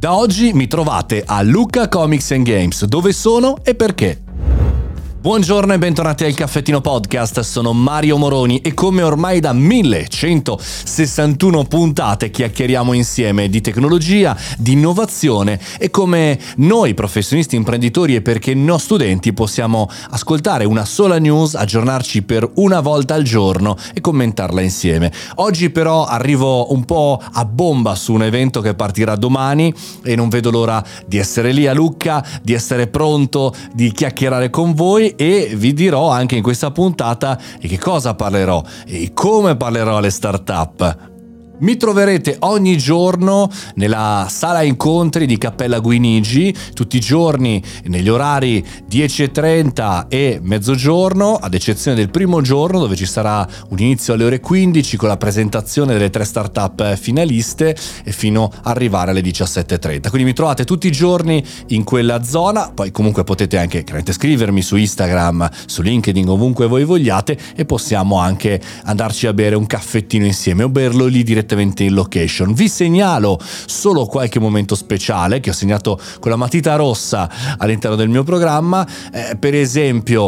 Da oggi mi trovate a Lucca Comics and Games. Dove sono e perché? Buongiorno e bentornati al Caffettino Podcast, sono Mario Moroni e come ormai da 1161 puntate chiacchieriamo insieme di tecnologia, di innovazione e come noi professionisti, imprenditori e perché no studenti possiamo ascoltare una sola news, aggiornarci per una volta al giorno e commentarla insieme. Oggi però arrivo un po' a bomba su un evento che partirà domani e non vedo l'ora di essere lì a Lucca, di essere pronto, di chiacchierare con voi e vi dirò anche in questa puntata di che cosa parlerò e come parlerò alle startup. Mi troverete ogni giorno nella sala incontri di Cappella Guinigi, tutti i giorni negli orari 10:30 e mezzogiorno, ad eccezione del primo giorno dove ci sarà un inizio alle ore 15 con la presentazione delle 3 startup finaliste e fino ad arrivare alle 17:30. Quindi mi trovate tutti i giorni in quella zona, poi comunque potete anche chiaramente scrivermi su Instagram, su LinkedIn, ovunque voi vogliate e possiamo anche andarci a bere un caffettino insieme o berlo lì direttamente in location. Vi segnalo solo qualche momento speciale che ho segnato con la matita rossa all'interno del mio programma, per esempio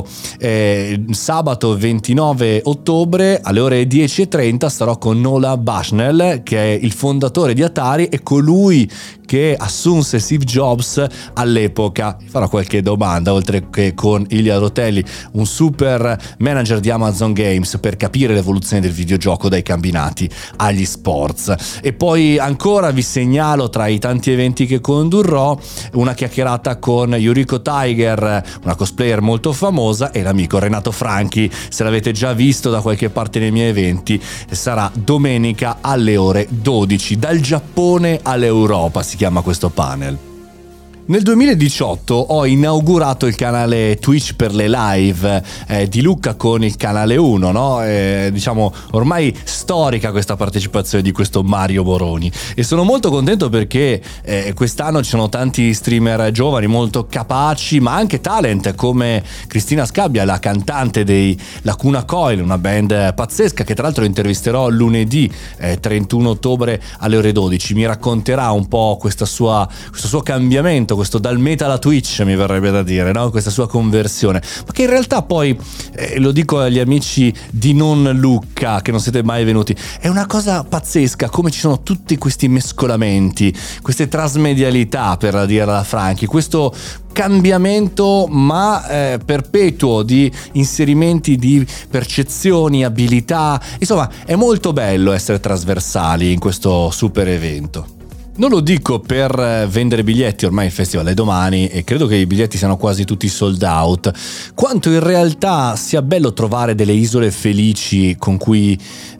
sabato 29 ottobre alle ore 10:30 starò con Nolan Bushnell, che è il fondatore di Atari e colui che assunse Steve Jobs all'epoca. Farò qualche domanda, oltre che con Ilya Rotelli, un super manager di Amazon Games, per capire l'evoluzione del videogioco dai cabinati agli sports. E poi ancora vi segnalo, tra i tanti eventi che condurrò, una chiacchierata con Yuriko Tiger, una cosplayer molto famosa, e l'amico Renato Franchi. Se l'avete già visto da qualche parte nei miei eventi, sarà domenica alle ore 12, dal Giappone all'Europa si chiama questo panel. Nel 2018 ho inaugurato il canale Twitch per le live di Lucca con il canale 1, no? Diciamo ormai storica questa partecipazione di questo Mario Moroni, e sono molto contento perché quest'anno ci sono tanti streamer giovani molto capaci, ma anche talent come Cristina Scabbia, la cantante dei Lacuna Coil, una band pazzesca che tra l'altro intervisterò lunedì 31 ottobre alle ore 12. Mi racconterà un po' questo suo cambiamento, questo dal metal a Twitch, mi verrebbe da dire, no? Questa sua conversione, ma che in realtà poi lo dico agli amici di non Lucca che non siete mai venuti, è una cosa pazzesca come ci sono tutti questi mescolamenti, queste trasmedialità, per dirla Franchi, questo cambiamento ma perpetuo di inserimenti di percezioni, abilità. Insomma, è molto bello essere trasversali in questo super evento. Non lo dico per vendere biglietti, ormai il festival è domani e credo che i biglietti siano quasi tutti sold out, quanto in realtà sia bello trovare delle isole felici con cui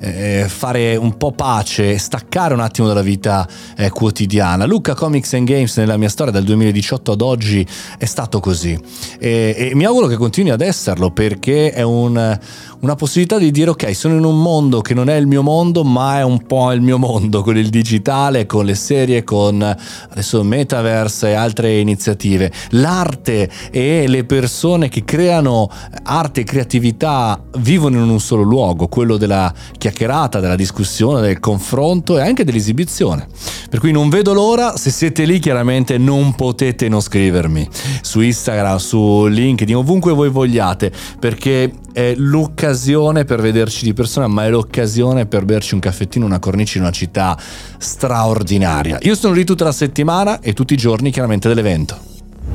fare un po' pace, staccare un attimo dalla vita quotidiana. Lucca Comics and Games nella mia storia dal 2018 ad oggi è stato così e mi auguro che continui ad esserlo, perché è una possibilità di dire ok, sono in un mondo che non è il mio mondo ma è un po' il mio mondo, con il digitale, con le serie, con adesso Metaverse e altre iniziative. L'arte e le persone che creano arte e creatività vivono in un solo luogo, quello della chiacchierata, della discussione, del confronto e anche dell'esibizione. Per cui non vedo l'ora. Se siete lì chiaramente non potete non scrivermi su Instagram, su LinkedIn, ovunque voi vogliate, perché è l'occasione per vederci di persona, ma è l'occasione per berci un caffettino, una cornice in una città straordinaria. Io sono lì tutta la settimana e tutti i giorni chiaramente dell'evento.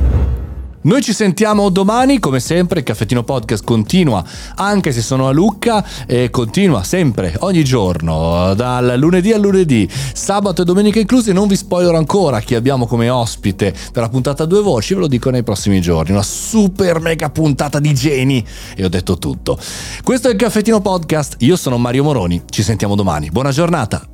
Noi ci sentiamo domani, come sempre il Caffettino Podcast continua, anche se sono a Lucca, e continua sempre, ogni giorno, dal lunedì al lunedì, sabato e domenica inclusi. Non vi spoilerò ancora chi abbiamo come ospite per la puntata a 2 voci, ve lo dico nei prossimi giorni, una super mega puntata di geni, e ho detto tutto. Questo è il Caffettino Podcast, io sono Mario Moroni, ci sentiamo domani, buona giornata!